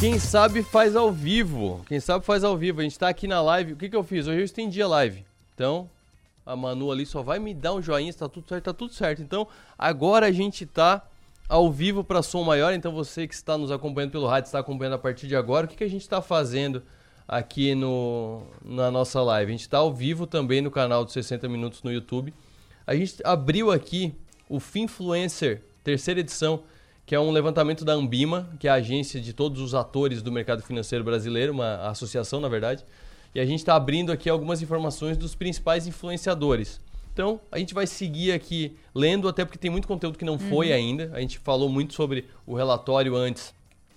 Quem sabe faz ao vivo. Quem sabe faz ao vivo. A gente tá aqui na live. O que eu fiz? Hoje eu estendi a live. Então, a Manu ali só vai me dar um joinha se tá tudo certo, tá tudo certo. Então, agora a gente tá ao vivo para som maior. Então, você que está nos acompanhando pelo rádio, está acompanhando a partir de agora. O que a gente tá fazendo aqui na nossa live? A gente tá ao vivo também no canal dos 60 Minutos no YouTube. A gente abriu aqui o Finfluencer, terceira edição, que é um levantamento da Ambima, que é a agência de todos os atores do mercado financeiro brasileiro, uma associação, na verdade. E a gente está abrindo aqui algumas informações dos principais influenciadores. Então, a gente vai seguir aqui lendo, até porque tem muito conteúdo que não foi ainda. A gente falou muito sobre o relatório antes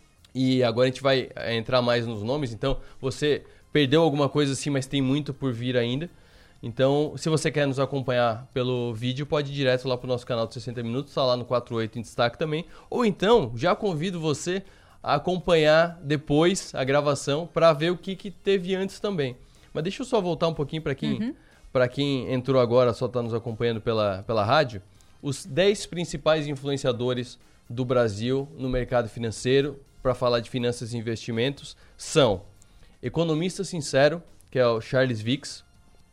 e agora a gente vai entrar mais nos nomes. Então, você perdeu alguma coisa assim, mas tem muito por vir ainda. Então, se você quer nos acompanhar pelo vídeo, pode ir direto lá para o nosso canal de 60 Minutos, está lá no 48 em destaque também. Ou então, já convido você a acompanhar depois a gravação para ver o que teve antes também. Mas deixa eu só voltar um pouquinho para quem entrou agora, só está nos acompanhando pela rádio. Os 10 principais influenciadores do Brasil no mercado financeiro, para falar de finanças e investimentos, são Economista Sincero, que é o Charles Vix,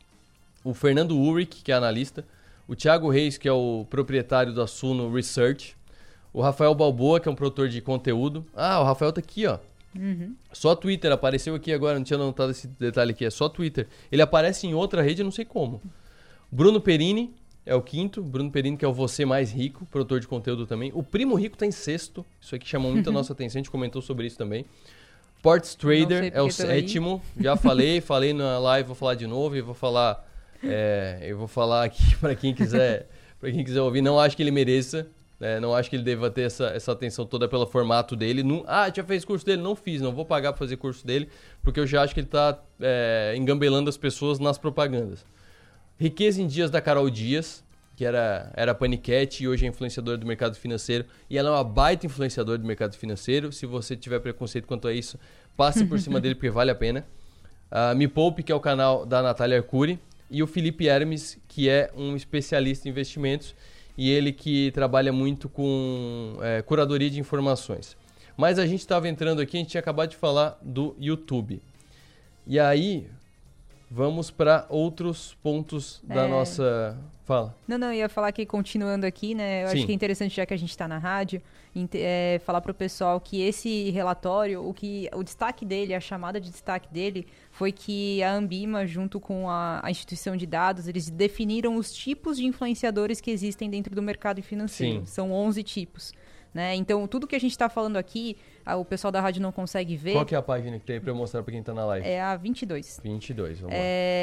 o Fernando Ulrich, que é analista, o Thiago Reis, que é o proprietário da Suno Research, o Rafael Balboa, que é um produtor de conteúdo. Ah, o Rafael tá aqui, ó. Só Twitter, apareceu aqui agora, não tinha notado esse detalhe aqui, é só Twitter. Ele aparece em outra rede, eu não sei como. Bruno Perini é o quinto, Bruno Perini, que é o Você Mais Rico, produtor de conteúdo também. O Primo Rico tá em sexto, isso aqui chamou muito a nossa atenção, a gente comentou sobre isso também. Ports Trader é o sétimo, já falei na live, vou falar de novo e vou falar... eu vou falar aqui para quem quiser ouvir. Não acho que ele mereça, não acho que ele deva ter essa atenção toda pelo formato dele. Já fez curso dele? Não fiz, não vou pagar para fazer curso dele, porque eu já acho que ele está engambelando as pessoas nas propagandas. Riqueza em Dias, da Carol Dias, que era paniquete e hoje é influenciadora do mercado financeiro. E ela é uma baita influenciadora do mercado financeiro. Se você tiver preconceito quanto a isso, passe por cima dele, porque vale a pena. Me Poupe, que é o canal da Natália Arcuri. E o Felipe Hermes, que é um especialista em investimentos e ele que trabalha muito com curadoria de informações. Mas a gente estava entrando aqui, a gente tinha acabado de falar do YouTube. E aí, vamos para outros pontos da nossa... Fala. Não, eu ia falar que continuando aqui, né? Eu acho que é interessante, já que a gente está na rádio, falar para o pessoal que esse relatório, o destaque dele, a chamada de destaque dele, foi que a Ambima, junto com a instituição de dados, eles definiram os tipos de influenciadores que existem dentro do mercado financeiro. Sim. São 11 tipos. Né? Então, tudo que a gente está falando aqui, o pessoal da rádio não consegue ver. Qual que é a página que tem para eu mostrar para quem está na live? É a 22. 22, vamos lá.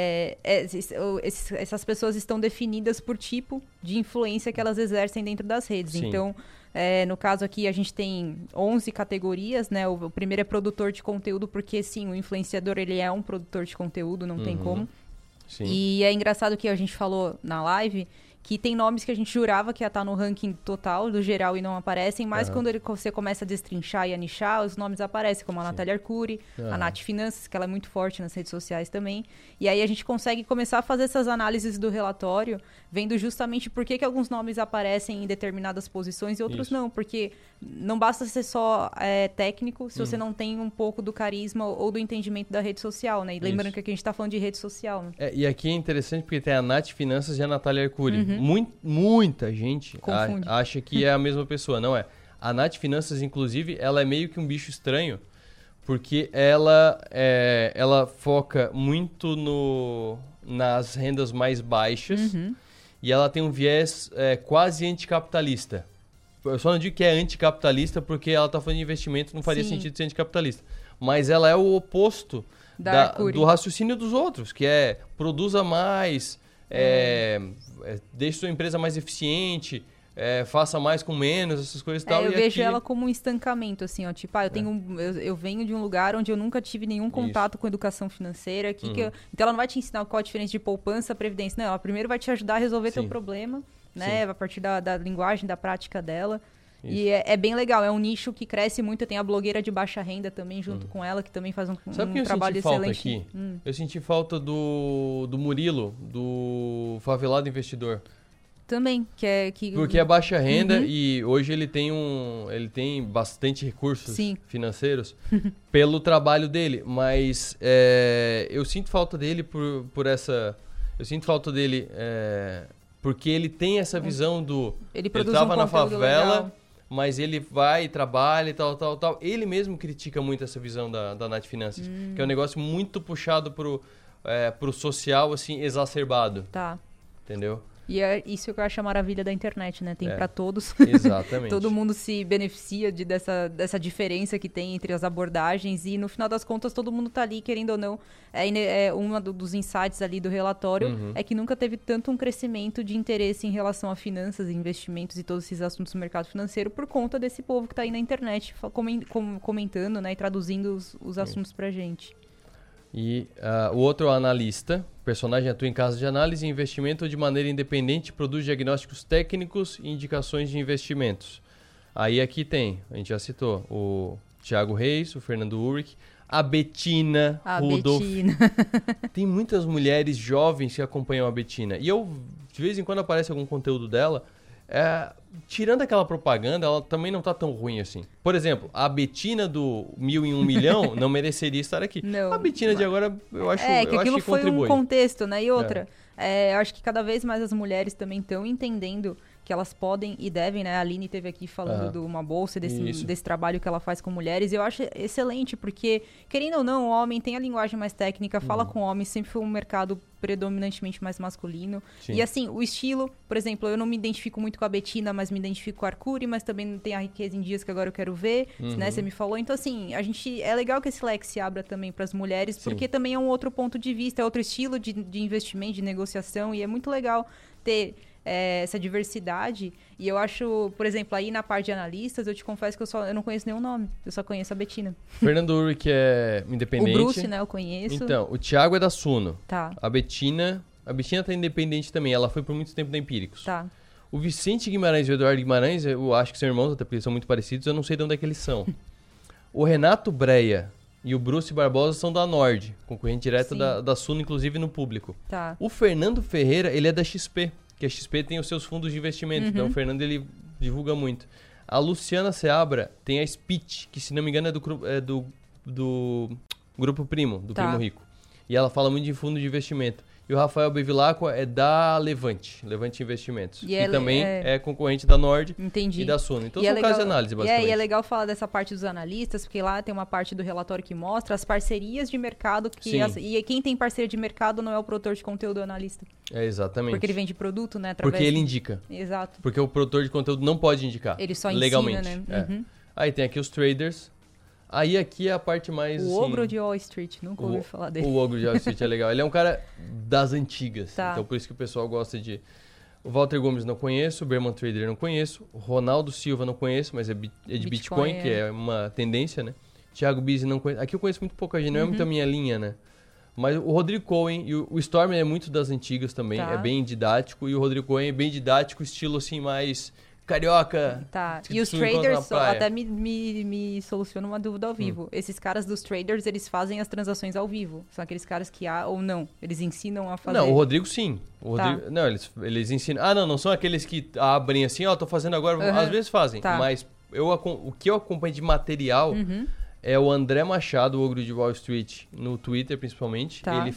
Essas pessoas estão definidas por tipo de influência que elas exercem dentro das redes. Sim. Então, no caso aqui, a gente tem 11 categorias, né? O primeiro é produtor de conteúdo, porque sim, o influenciador ele é um produtor de conteúdo, não tem como. Sim. E é engraçado que a gente falou na live que tem nomes que a gente jurava que ia estar no ranking total, do geral, e não aparecem, mas quando você começa a destrinchar e a nichar, os nomes aparecem, como a Natália Arcuri, a Nath Finanças, que ela é muito forte nas redes sociais também. E aí a gente consegue começar a fazer essas análises do relatório, vendo justamente por que alguns nomes aparecem em determinadas posições e outros não, porque não basta ser só técnico se você não tem um pouco do carisma ou do entendimento da rede social, né? E lembrando que aqui a gente está falando de rede social, né? E aqui é interessante porque tem a Nath Finanças e a Natália Arcuri. Muita gente acha que é a mesma pessoa, não é? A Nath Finanças, inclusive, ela é meio que um bicho estranho, porque ela foca muito nas rendas mais baixas e ela tem um viés quase anticapitalista. Eu só não digo que é anticapitalista porque ela está falando de investimento, não faria sentido ser anticapitalista. Mas ela é o oposto do raciocínio dos outros, que é produza mais... deixe sua empresa mais eficiente, faça mais com menos, essas coisas e tal. Eu vejo ela como um estancamento, assim, ó, tipo, eu venho de um lugar onde eu nunca tive nenhum contato com educação financeira, então ela não vai te ensinar qual a diferença de poupança, previdência, não, ela primeiro vai te ajudar a resolver teu problema, né, a partir da linguagem, da prática dela. Isso. E é bem legal, é um nicho que cresce muito, tem a blogueira de baixa renda também junto com ela, que também faz um trabalho excelente. Eu senti falta do Murilo, do Favelado Investidor. Também, Porque é baixa renda e hoje ele tem bastante recursos financeiros pelo trabalho dele, mas eu sinto falta dele eu sinto falta dele porque ele tem essa visão ele tava na favela, legal. Mas ele vai, trabalha e tal. Ele mesmo critica muito essa visão da Nath Finanças, que é um negócio muito puxado pro social, assim, exacerbado. Tá. Entendeu? E é isso que eu acho a maravilha da internet, né? Tem pra todos. Exatamente. Todo mundo se beneficia dessa diferença que tem entre as abordagens e, no final das contas, todo mundo tá ali, querendo ou não. Um dos insights ali do relatório é que nunca teve tanto um crescimento de interesse em relação a finanças, investimentos e todos esses assuntos do mercado financeiro por conta desse povo que tá aí na internet comentando, né? E traduzindo os assuntos pra gente. E o outro analista, personagem atua em casa de análise e investimento ou de maneira independente, produz diagnósticos técnicos e indicações de investimentos. Aí aqui tem, a gente já citou, o Thiago Reis, o Fernando Ulrich, a Bettina Rudolph. Tem muitas mulheres jovens que acompanham a Bettina. E de vez em quando aparece algum conteúdo dela. Tirando aquela propaganda, ela também não tá tão ruim assim. Por exemplo, a Bettina do 1001 milhão não mereceria estar aqui. Não, a Bettina de agora, eu acho que aquilo foi contribui. Um contexto, né? E outra, eu acho que cada vez mais as mulheres também estão entendendo que elas podem e devem, né? A Aline esteve aqui falando de uma bolsa, desse trabalho que ela faz com mulheres. E eu acho excelente, porque, querendo ou não, o homem tem a linguagem mais técnica, fala com homens, sempre foi um mercado predominantemente mais masculino. Sim. E assim, o estilo, por exemplo, eu não me identifico muito com a Bettina, mas me identifico com a Arcuri, mas também tem a Riqueza em Dias que agora eu quero ver, né? Você me falou. Então, assim, é legal que esse leque se abra também para as mulheres, porque também é um outro ponto de vista, é outro estilo de investimento, de negociação, e é muito legal ter essa diversidade. E eu acho, por exemplo, aí na parte de analistas, eu te confesso que eu não conheço nenhum nome, eu só conheço a Bettina. Fernando Ulrich é independente. O Bruce, né, eu conheço. Então, o Thiago é da Suno. Tá. A Bettina tá independente também, ela foi por muito tempo da Empíricos. Tá. O Vicente Guimarães e o Eduardo Guimarães, eu acho que são irmãos, até porque eles são muito parecidos, eu não sei de onde é que eles são. O Renato Breia e o Bruce Barbosa são da Nord, concorrente direto da Suno, inclusive no público. Tá. O Fernando Ferreira, ele é da XP, que a XP tem os seus fundos de investimento, então o Fernando ele divulga muito. A Luciana Seabra tem a Speech, que se não me engano é do Grupo Primo, do Primo Rico. E ela fala muito de fundo de investimento. E o Rafael Bevilacqua é da Levante Investimentos. Que também é concorrente da Nord e da Suno. Então são casos de análise, basicamente. E é legal falar dessa parte dos analistas, porque lá tem uma parte do relatório que mostra as parcerias de mercado. E quem tem parceria de mercado não é o produtor de conteúdo, o analista. Exatamente. Porque ele vende produto, né? Porque ele indica. Exato. Porque o produtor de conteúdo não pode indicar. Ele só legalmente. Ensina, né? Aí tem aqui os traders. Aí aqui é a parte mais... O Ogro de Wall Street, nunca ouvi falar dele. O Ogro de Wall Street é legal. Ele é um cara das antigas, então por isso que o pessoal gosta de... O Walter Gomes não conheço, o Berman Trader não conheço, o Ronaldo Silva não conheço, mas é de Bitcoin, que é uma tendência, né? Thiago Bizzi não conheço. Aqui eu conheço muito pouca gente, não é muito a minha linha, né? Mas o Rodrigo Cohen e o Stormer é muito das antigas também, é bem didático, e o Rodrigo Cohen é bem didático, estilo assim mais... carioca. Tá. E os traders, até me soluciona uma dúvida ao vivo. Esses caras dos traders, eles fazem as transações ao vivo. São aqueles caras que ou não. Eles ensinam a fazer. Não, o Rodrigo sim. Não, eles ensinam. Não são aqueles que abrem assim, tô fazendo agora. Às vezes fazem. Mas o que eu acompanho de material é o André Machado, o Ogro de Wall Street, no Twitter principalmente. Ele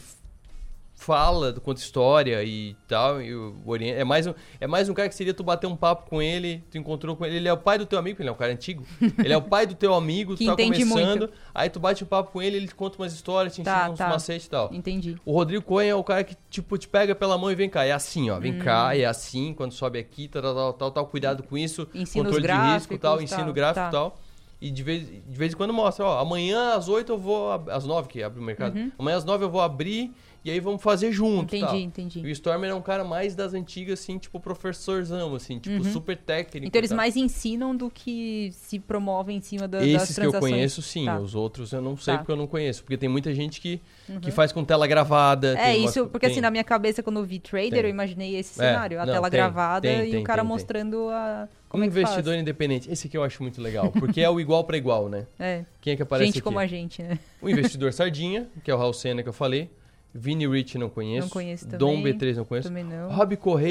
fala, conta história e tal, e orienta. É mais um cara que seria tu bater um papo com ele, tu encontrou com ele é o pai do teu amigo, ele é um cara antigo, ele é o pai do teu amigo, tu tá começando, muito. Aí tu bate um papo com ele te conta umas histórias, te ensina uns macetes e tal. Entendi. O Rodrigo Cohen é o cara que, tipo, te pega pela mão e vem cá, é assim, ó, vem cá, é assim, quando sobe aqui, tal, cuidado com isso, ensina controle de risco, tal, ensino gráfico e tal. E de vez em quando mostra, amanhã às 8 eu vou, às 9 que abre o mercado, amanhã às 9 eu vou abrir e aí vamos fazer junto. Entendi. E o Stormer é um cara mais das antigas, assim, tipo professorzão, assim, tipo super técnico. Então eles mais ensinam do que se promovem em cima das transações. Esses que eu conheço, sim. Os outros eu não sei porque eu não conheço. Porque tem muita gente que faz com tela gravada. Porque assim, na minha cabeça, quando eu vi trader, eu imaginei esse cenário. A tela gravada e o cara mostrando como é que faz. Investidor independente. Esse aqui eu acho muito legal. Porque é o igual para igual, né? Quem é que aparece gente aqui? Como a gente, né? O investidor sardinha, que é o Raul Senna que eu falei. Vini Rich não conheço. Não conheço também. Dom B3 não conheço. Também não. Rob Correia,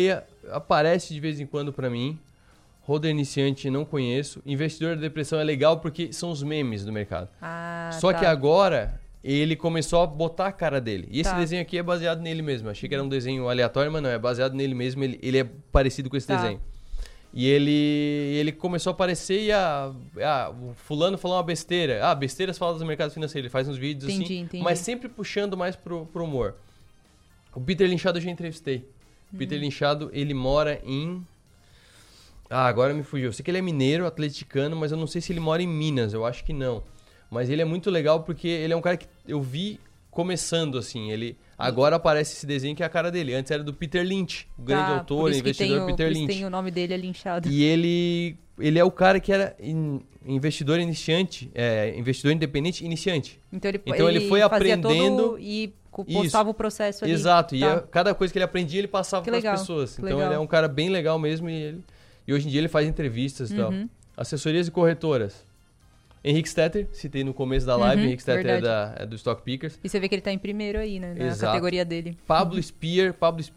aparece de vez em quando pra mim. Holder iniciante não conheço. Investidor da depressão é legal porque são os memes do mercado. Só que agora ele começou a botar a cara dele. E esse desenho aqui é baseado nele mesmo. Achei que era um desenho aleatório, mas não, é baseado nele mesmo. Ele é parecido com esse desenho. E ele começou a aparecer e o fulano falou uma besteira. Besteiras faladas do mercado financeiro. Ele faz uns vídeos assim, mas sempre puxando mais pro humor. O Peter Linchado eu já entrevistei. O Peter Linchado, ele mora em... agora me fugiu. Eu sei que ele é mineiro, atleticano, mas eu não sei se ele mora em Minas. Eu acho que não. Mas ele é muito legal porque ele é um cara que eu vi começando, assim. Ele agora aparece esse desenho que é a cara dele. Antes era do Peter Lynch, o grande autor, investidor Peter Lynch. Tem o nome dele é Linchado. E ele é o cara que era investidor iniciante, investidor independente iniciante. Então ele foi aprendendo e postava o processo ali. Exato. E cada coisa que ele aprendia, ele passava para as pessoas. Então ele é um cara bem legal mesmo e hoje em dia ele faz entrevistas e tal. Assessorias e corretoras. Henrique Stetter, citei no começo da live. Henrique Stetter é do Stock Pickers. E você vê que ele tá em primeiro aí, né? Na categoria dele. Pablo Spear,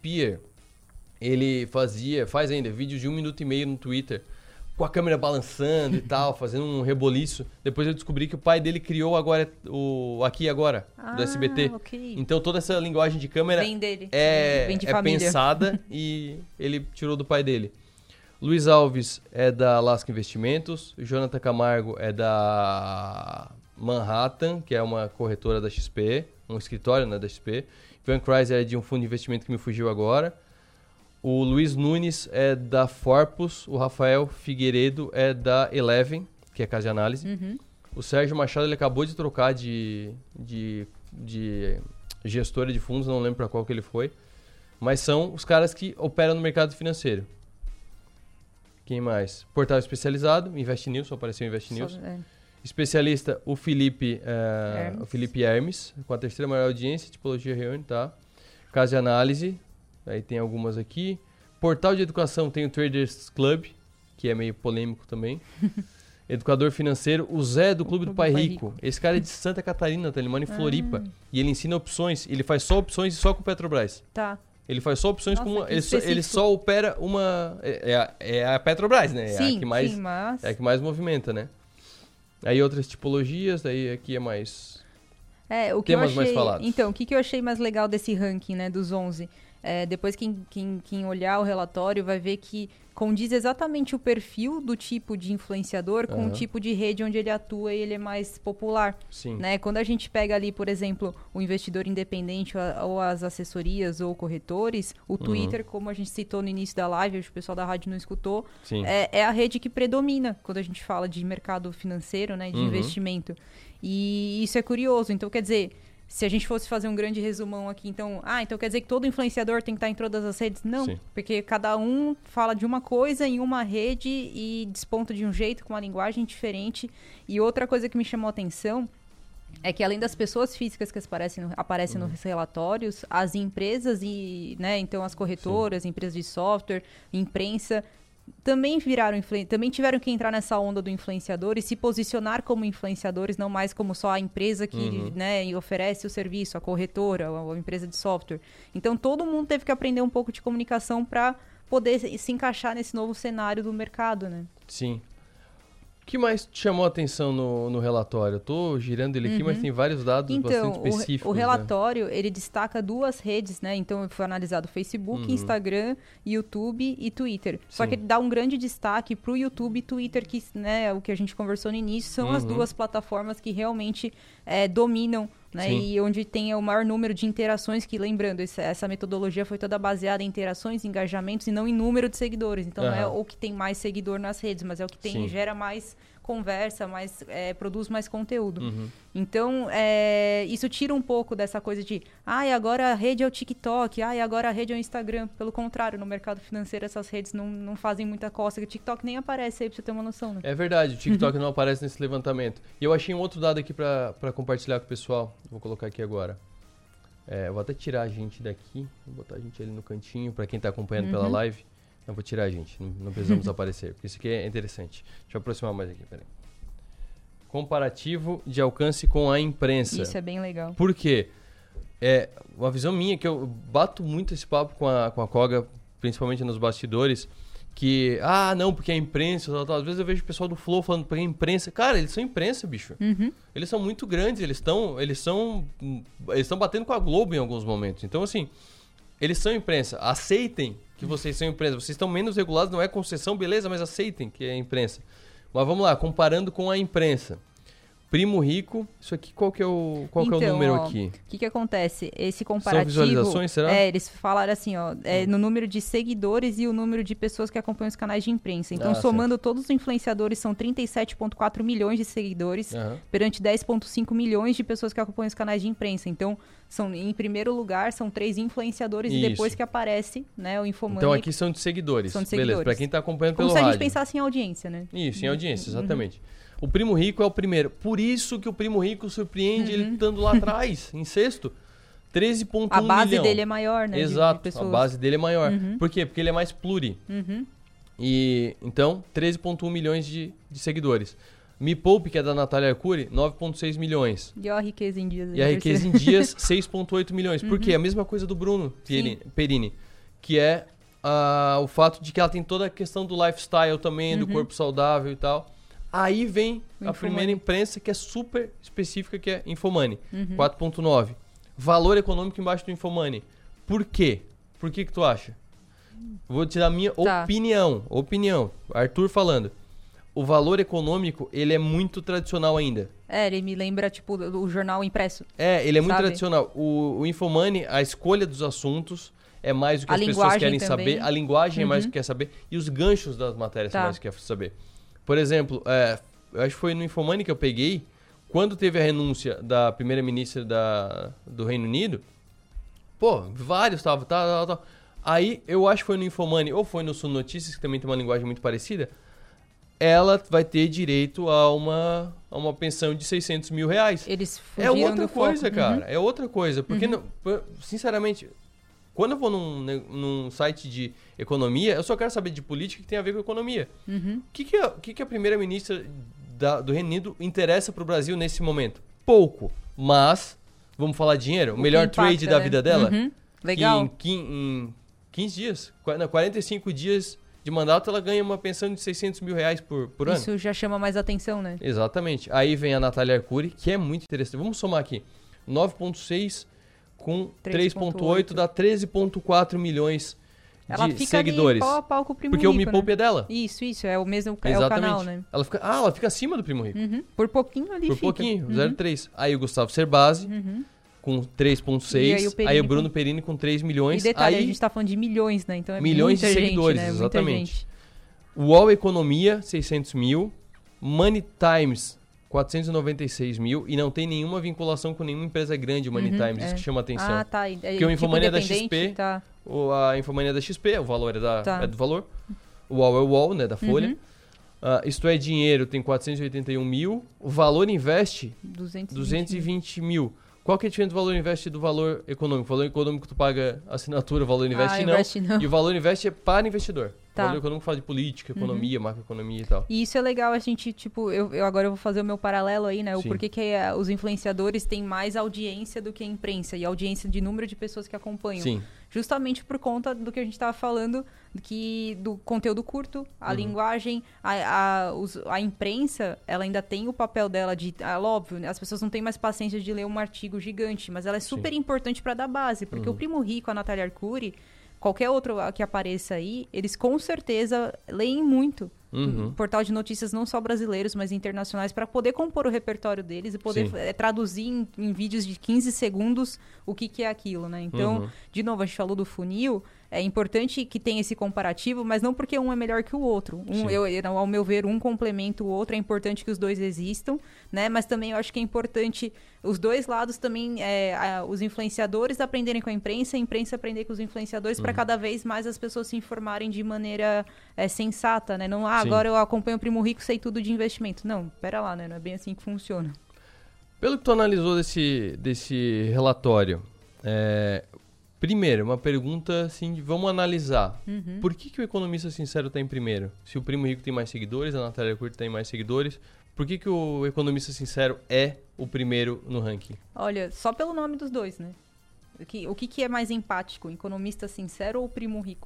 ele faz ainda vídeos de 1 minuto e meio no Twitter, com a câmera balançando e tal, fazendo um reboliço. Depois eu descobri que o pai dele criou agora o Aqui e Agora, do SBT. Okay. Então toda essa linguagem de câmera vem dele. é pensada e ele tirou do pai dele. Luiz Alves é da Alaska Investimentos. Jonathan Camargo é da Manhattan, que é uma corretora da XP, um escritório, né, da XP. Ivan Kreiser é de um fundo de investimento que me fugiu agora. O Luiz Nunes é da Forpus. O Rafael Figueiredo é da Eleven, que é casa de análise. O Sérgio Machado ele acabou de trocar de gestora de fundos, não lembro para qual que ele foi. Mas são os caras que operam no mercado financeiro. Quem mais? Portal especializado, Invest News, só apareceu Invest News. Especialista, o Felipe Hermes, com a terceira maior audiência, tipologia reúne, tá? Casa de análise, aí tem algumas aqui. Portal de educação tem o Traders Club, que é meio polêmico também. Educador financeiro, o Zé do Clube do Pai Rico. Esse cara é de Santa Catarina, tá? Ele mora em Floripa. E ele ensina opções, ele faz só opções e só com o Petrobras. Tá. Ele faz só opções com ele só opera uma... É a Petrobras, né? Sim, é a que mais movimenta, né? Aí outras tipologias, daí aqui é mais... temas mais falados. Então, o que eu achei mais legal desse ranking, né, dos 11? Depois quem olhar o relatório vai ver que condiz exatamente o perfil do tipo de influenciador com o tipo de rede onde ele atua e ele é mais popular. Sim. Né? Quando a gente pega ali, por exemplo, o investidor independente ou as assessorias ou corretores, o Twitter, como a gente citou no início da live, o pessoal da rádio não escutou, é a rede que predomina quando a gente fala de mercado financeiro, né, de investimento. E isso é curioso. Então, quer dizer... Se a gente fosse fazer um grande resumão aqui, então quer dizer que todo influenciador tem que estar em todas as redes? Não, porque cada um fala de uma coisa em uma rede e desponta de um jeito, com uma linguagem diferente. E outra coisa que me chamou a atenção é que além das pessoas físicas que aparecem nos relatórios, as empresas então as corretoras, empresas de software, imprensa... Também tiveram que entrar nessa onda do influenciador e se posicionar como influenciadores, não mais como só a empresa que oferece o serviço, a corretora, ou a empresa de software. Então, todo mundo teve que aprender um pouco de comunicação para poder se encaixar nesse novo cenário do mercado, né? Sim. O que mais te chamou a atenção no relatório? Eu estou girando ele aqui, mas tem vários dados bastante específicos. O relatório, ele destaca 2 redes, né? Então, foi analisado Facebook, Instagram, YouTube e Twitter. Só que ele dá um grande destaque para o YouTube e Twitter, que, né, o que a gente conversou no início, são as 2 plataformas que realmente dominam, né? E onde tem o maior número de interações, que, lembrando, essa metodologia foi toda baseada em interações, engajamentos e não em número de seguidores. Então, não é o que tem mais seguidor nas redes, mas é o que gera mais conversa, produz mais conteúdo. Então, isso tira um pouco dessa coisa de agora a rede é o TikTok, agora a rede é o Instagram. Pelo contrário, no mercado financeiro essas redes não fazem muita cócega. O TikTok nem aparece aí, pra você ter uma noção, né? É verdade, o TikTok não aparece nesse levantamento. E eu achei um outro dado aqui para compartilhar com o pessoal. Vou colocar aqui agora. Eu vou até tirar a gente daqui, vou botar a gente ali no cantinho, para quem está acompanhando pela live. Eu vou tirar a gente, não precisamos aparecer, porque isso aqui é interessante. Deixa eu aproximar mais aqui, peraí. Comparativo de alcance com a imprensa. Isso é bem legal. Por quê? É uma visão minha, que eu bato muito esse papo com a Koga principalmente nos bastidores, que, não, porque a imprensa, às vezes eu vejo o pessoal do Flow falando, porque a imprensa, cara, eles são imprensa, bicho. Eles são muito grandes, eles estão batendo com a Globo em alguns momentos. Então, assim, eles são imprensa, aceitem que vocês são imprensa, vocês estão menos regulados, não é concessão, beleza, mas aceitem que é imprensa. Mas vamos lá, comparando com a imprensa. Primo Rico, isso aqui qual que é o número aqui? O que acontece? Esse comparativo... São visualizações, será? Eles falaram assim, no número de seguidores e o número de pessoas que acompanham os canais de imprensa. Então, somando todos os influenciadores, são 37,4 milhões de seguidores, perante 10,5 milhões de pessoas que acompanham os canais de imprensa. Então, em primeiro lugar, são 3 influenciadores e depois que aparece, né, o Infomoney. Então, aqui são de seguidores. Beleza, para quem está acompanhando pelo rádio. Como se a gente pensasse em audiência, né? Isso, em audiência, exatamente. O Primo Rico é o primeiro. Por isso que o Primo Rico surpreende ele estando lá atrás, em sexto. 13,1 milhão. A base dele é maior, né? Exato, a base dele é maior. Por quê? Porque ele é mais pluri. E, então, 13,1 milhões de seguidores. Me Poupe, que é da Natália Arcuri, 9,6 milhões. E a Riqueza em Dias. E a Riqueza em Dias, 6,8 milhões. Por quê? A mesma coisa do Bruno Perini, que é o fato de que ela tem toda a questão do lifestyle também, do corpo saudável e tal. Aí vem a primeira imprensa, que é super específica, que é Infomoney, 4,9. Valor econômico embaixo do Infomoney. Por quê? Por que tu acha? Vou te dar a minha opinião. Arthur falando. O valor econômico, ele é muito tradicional ainda. Ele me lembra, tipo, o jornal impresso. Ele é muito tradicional. O Infomoney, a escolha dos assuntos é mais o que as pessoas querem saber. A linguagem é mais o que quer saber. E os ganchos das matérias são mais o que quer saber. Por exemplo, eu acho que foi no Infomoney que eu peguei, quando teve a renúncia da primeira-ministra do Reino Unido, vários estavam, tal. Aí, eu acho que foi no Infomoney, ou foi no Sul Notícias, que também tem uma linguagem muito parecida, ela vai ter direito a uma pensão de 600 mil reais. Eles fugiram É outra do coisa, foco. É outra coisa. Porque, sinceramente, quando eu vou num site de economia, eu só quero saber de política que tem a ver com economia. O que a primeira-ministra do Reino Unido interessa para o Brasil nesse momento? Pouco. Mas, vamos falar de dinheiro? O melhor trade da vida dela? Legal. Que em 15 dias, 45 dias de mandato, ela ganha uma pensão de 600 mil reais por ano. Isso já chama mais atenção, né? Exatamente. Aí vem a Natália Arcuri, que é muito interessante. Vamos somar aqui. 9,6 com 3,8 dá 13,4 milhões de seguidores. Ela fica pau a pau com o Primo Porque Rico, o Me Poupe é dela. Isso, é o mesmo Exatamente. o canal, né? Ela fica acima do Primo Rico. Por pouquinho ali Por pouquinho, 0,3. Aí o Gustavo Cerbasi com 3,6. Aí o Bruno Perini com 3 milhões. E detalhe, a gente tá falando de milhões, né? Então é milhões muita de seguidores, gente, né? exatamente. O UOL Economia, 600 mil. Money Times, 496 mil. E não tem nenhuma vinculação com nenhuma empresa grande, o Money Times. Isso que chama atenção. Ah, tá. Porque o Infomoney é da XP. Tá. A Infomoney é da XP, o valor é do valor. O UOL é o UOL, né? Da Folha. Isto é Dinheiro, tem 481 mil. O Valor Invest, 220 mil. Qual que é a diferença do Valor Invest e do Valor Econômico? O Valor Econômico tu paga assinatura, o Valor Invest não. E o Valor Invest é para investidor. O Valor Econômico fala de política, economia, macroeconomia e tal. E isso é legal, a gente, tipo, eu agora vou fazer o meu paralelo aí, né? O porquê que os influenciadores têm mais audiência do que a imprensa e audiência de número de pessoas que acompanham. Sim. Justamente por conta do que a gente estava falando, do conteúdo curto, a linguagem, a imprensa, ela ainda tem o papel dela de... óbvio, né? As pessoas não têm mais paciência de ler um artigo gigante, mas ela é super importante para dar base, porque o Primo Rico, a Natália Arcuri, qualquer outro que apareça aí, eles com certeza leem muito. Portal de notícias não só brasileiros, mas internacionais, para poder compor o repertório deles e poder traduzir em vídeos de 15 segundos o que é aquilo, né? Então, de novo, a gente falou do funil, é importante que tenha esse comparativo, mas não porque um é melhor que o outro. Ao meu ver, um complementa o outro, é importante que os dois existam, né? Mas também eu acho que é importante os dois lados também, os influenciadores aprenderem com a imprensa aprender com os influenciadores, para cada vez mais as pessoas se informarem de maneira sensata, né? Não, agora eu acompanho o Primo Rico, sei tudo de investimento. Não, pera lá, né? Não é bem assim que funciona. Pelo que tu analisou desse relatório, primeiro, uma pergunta assim, vamos analisar. Por que o Economista Sincero está em primeiro? Se o Primo Rico tem mais seguidores, a Natália Arcuri tem mais seguidores, por que o Economista Sincero é o primeiro no ranking? Olha, só pelo nome dos dois, né? O que é mais empático, Economista Sincero ou Primo Rico?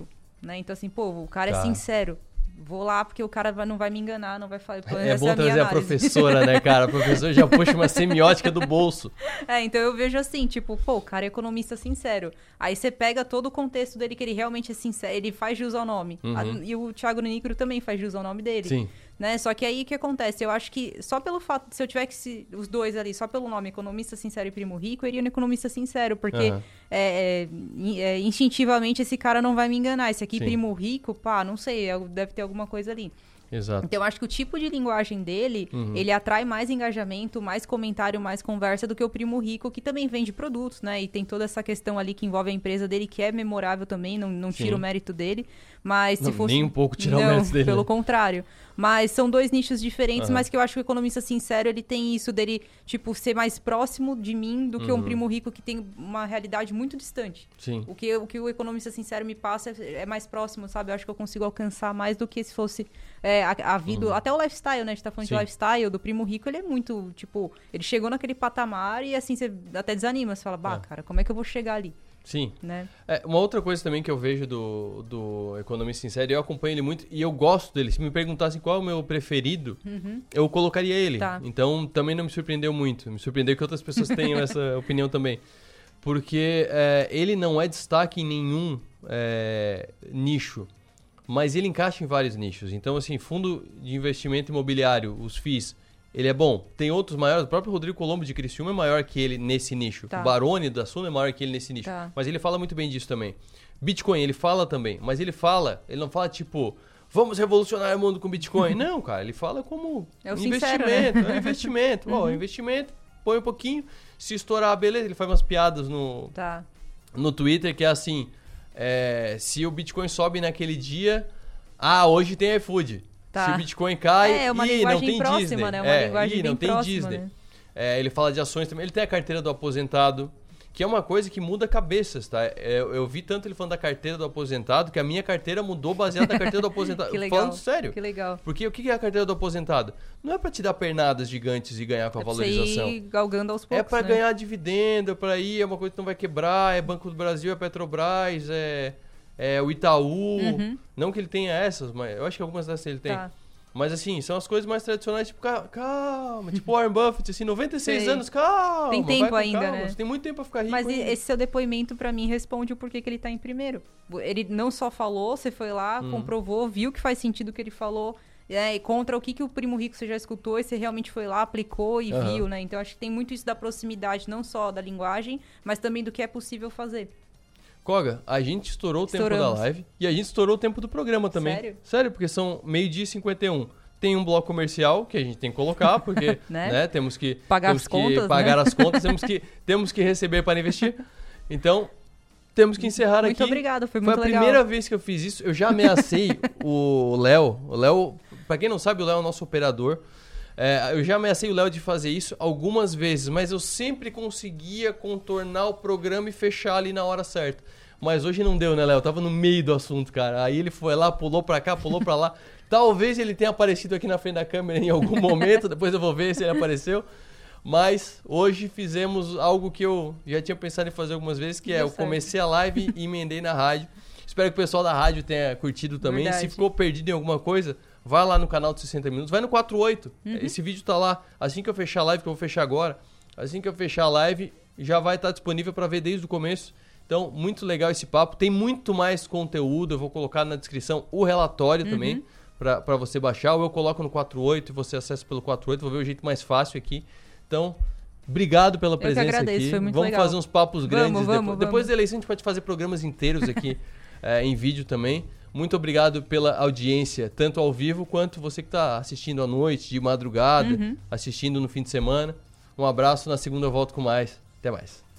né? Então, assim, pô, o cara é sincero. Vou lá porque o cara não vai me enganar, não vai falar. É bom trazer a professora, né, cara? A professora já puxa uma semiótica do bolso. Então eu vejo assim, tipo, pô, o cara é economista sincero. Aí você pega todo o contexto dele, que ele realmente é sincero, ele faz jus ao nome. E o Thiago Nicro também faz jus ao nome dele. Sim. Né? Só que aí o que acontece? Eu acho que só pelo fato, se eu tiver que os dois ali, só pelo nome Economista Sincero e Primo Rico, eu iria no Economista Sincero, porque instintivamente esse cara não vai me enganar. Esse aqui, Primo Rico, pá, não sei, deve ter alguma coisa ali. Exato. Então, eu acho que o tipo de linguagem dele, ele atrai mais engajamento, mais comentário, mais conversa do que o Primo Rico, que também vende produtos, né? E tem toda essa questão ali que envolve a empresa dele, que é memorável também, não tira o mérito dele. Mas se fosse... Nem um pouco tirar o mérito dele. Pelo contrário. Mas são dois nichos diferentes, mas que eu acho que o Economista Sincero, ele tem isso dele, tipo, ser mais próximo de mim do que um Primo Rico que tem uma realidade muito distante. Sim. O que o Economista Sincero me passa é mais próximo, sabe? Eu acho que eu consigo alcançar mais do que se fosse a vida... Até o lifestyle, né? A gente tá falando de lifestyle, do Primo Rico, ele é muito, tipo... Ele chegou naquele patamar e, assim, você até desanima. Você fala, cara, como é que eu vou chegar ali? Sim. Né? Uma outra coisa também que eu vejo do Economista Sincero, eu acompanho ele muito e eu gosto dele. Se me perguntassem qual é o meu preferido, eu colocaria ele. Tá. Então, também não me surpreendeu muito. Me surpreendeu que outras pessoas tenham essa opinião também. Porque ele não é destaque em nenhum nicho, mas ele encaixa em vários nichos. Então, assim, fundo de investimento imobiliário, os FIIs, ele é bom. Tem outros maiores. O próprio Rodrigo Colombo de Criciúma é maior que ele nesse nicho. Tá. O Baroni da Suno é maior que ele nesse nicho. Tá. Mas ele fala muito bem disso também. Bitcoin, ele fala também. Mas ele não fala tipo, vamos revolucionar o mundo com Bitcoin. Não, cara. Ele fala como investimento. Sincero, né? É um investimento. Investimento, põe um pouquinho. Se estourar, beleza. Ele faz umas piadas no Twitter que é assim, se o Bitcoin sobe naquele dia, hoje tem iFood. Tá. Se o Bitcoin cai, uma não tem próxima, Disney. Né? Uma linguagem não bem tem próxima, Disney. Né? Ele fala de ações também. Ele tem a carteira do aposentado, que é uma coisa que muda cabeças, tá? Eu vi tanto ele falando da carteira do aposentado, que a minha carteira mudou baseada na carteira do aposentado. Que legal. Falando sério. Que legal. Porque o que é a carteira do aposentado? Não é pra te dar pernadas gigantes e ganhar com a valorização. Ir galgando aos poucos, é pra ganhar dividendo, pra ir, é uma coisa que não vai quebrar, é Banco do Brasil, é Petrobras, é o Itaú. Não que ele tenha essas, mas eu acho que algumas dessas ele tem. Tá. Mas assim, são as coisas mais tradicionais, tipo, calma, tipo Warren Buffett, assim, 96 anos, calma. Tem tempo ainda, calma, né? Você tem muito tempo pra ficar rico. Mas ainda. esse seu depoimento, pra mim, responde o porquê que ele tá em primeiro. Ele não só falou, você foi lá, comprovou, viu que faz sentido o que ele falou, e contra o que o Primo Rico você já escutou, e você realmente foi lá, aplicou e viu, né? Então, acho que tem muito isso da proximidade, não só da linguagem, mas também do que é possível fazer. Koga, a gente estourou o tempo da live e a gente estourou o tempo do programa também. Sério? Sério, porque são 12h51. Tem um bloco comercial que a gente tem que colocar, porque né, temos que pagar as contas, temos que receber para investir. Então, temos que encerrar aqui. Muito obrigada, foi muito legal. Foi a primeira vez que eu fiz isso. Eu já ameacei o Léo. O Léo, para quem não sabe, o Léo é o nosso operador. Eu já ameacei o Léo de fazer isso algumas vezes, mas eu sempre conseguia contornar o programa e fechar ali na hora certa. Mas hoje não deu, né, Léo? Eu tava no meio do assunto, cara. Aí ele foi lá, pulou pra cá, pulou pra lá. Talvez ele tenha aparecido aqui na frente da câmera em algum momento, depois eu vou ver se ele apareceu. Mas hoje fizemos algo que eu já tinha pensado em fazer algumas vezes, que eu comecei a live e emendei na rádio. Espero que o pessoal da rádio tenha curtido também. Verdade. Se ficou perdido em alguma coisa, vai lá no canal de 60 Minutos, vai no 48. Esse vídeo tá lá. Assim que eu fechar a live, que eu vou fechar agora, assim que eu fechar a live, já vai estar disponível para ver desde o começo. Então, muito legal esse papo. Tem muito mais conteúdo, eu vou colocar na descrição o relatório também, para você baixar. Ou eu coloco no 48 e você acessa pelo 48, vou ver o jeito mais fácil aqui. Então, obrigado pela presença aqui. Eu que agradeço, foi muito legal. Vamos fazer uns papos grandes. Depois da eleição a gente pode fazer programas inteiros aqui em vídeo também. Muito obrigado pela audiência, tanto ao vivo quanto você que está assistindo à noite, de madrugada, assistindo no fim de semana. Um abraço, na segunda eu volto com mais. Até mais.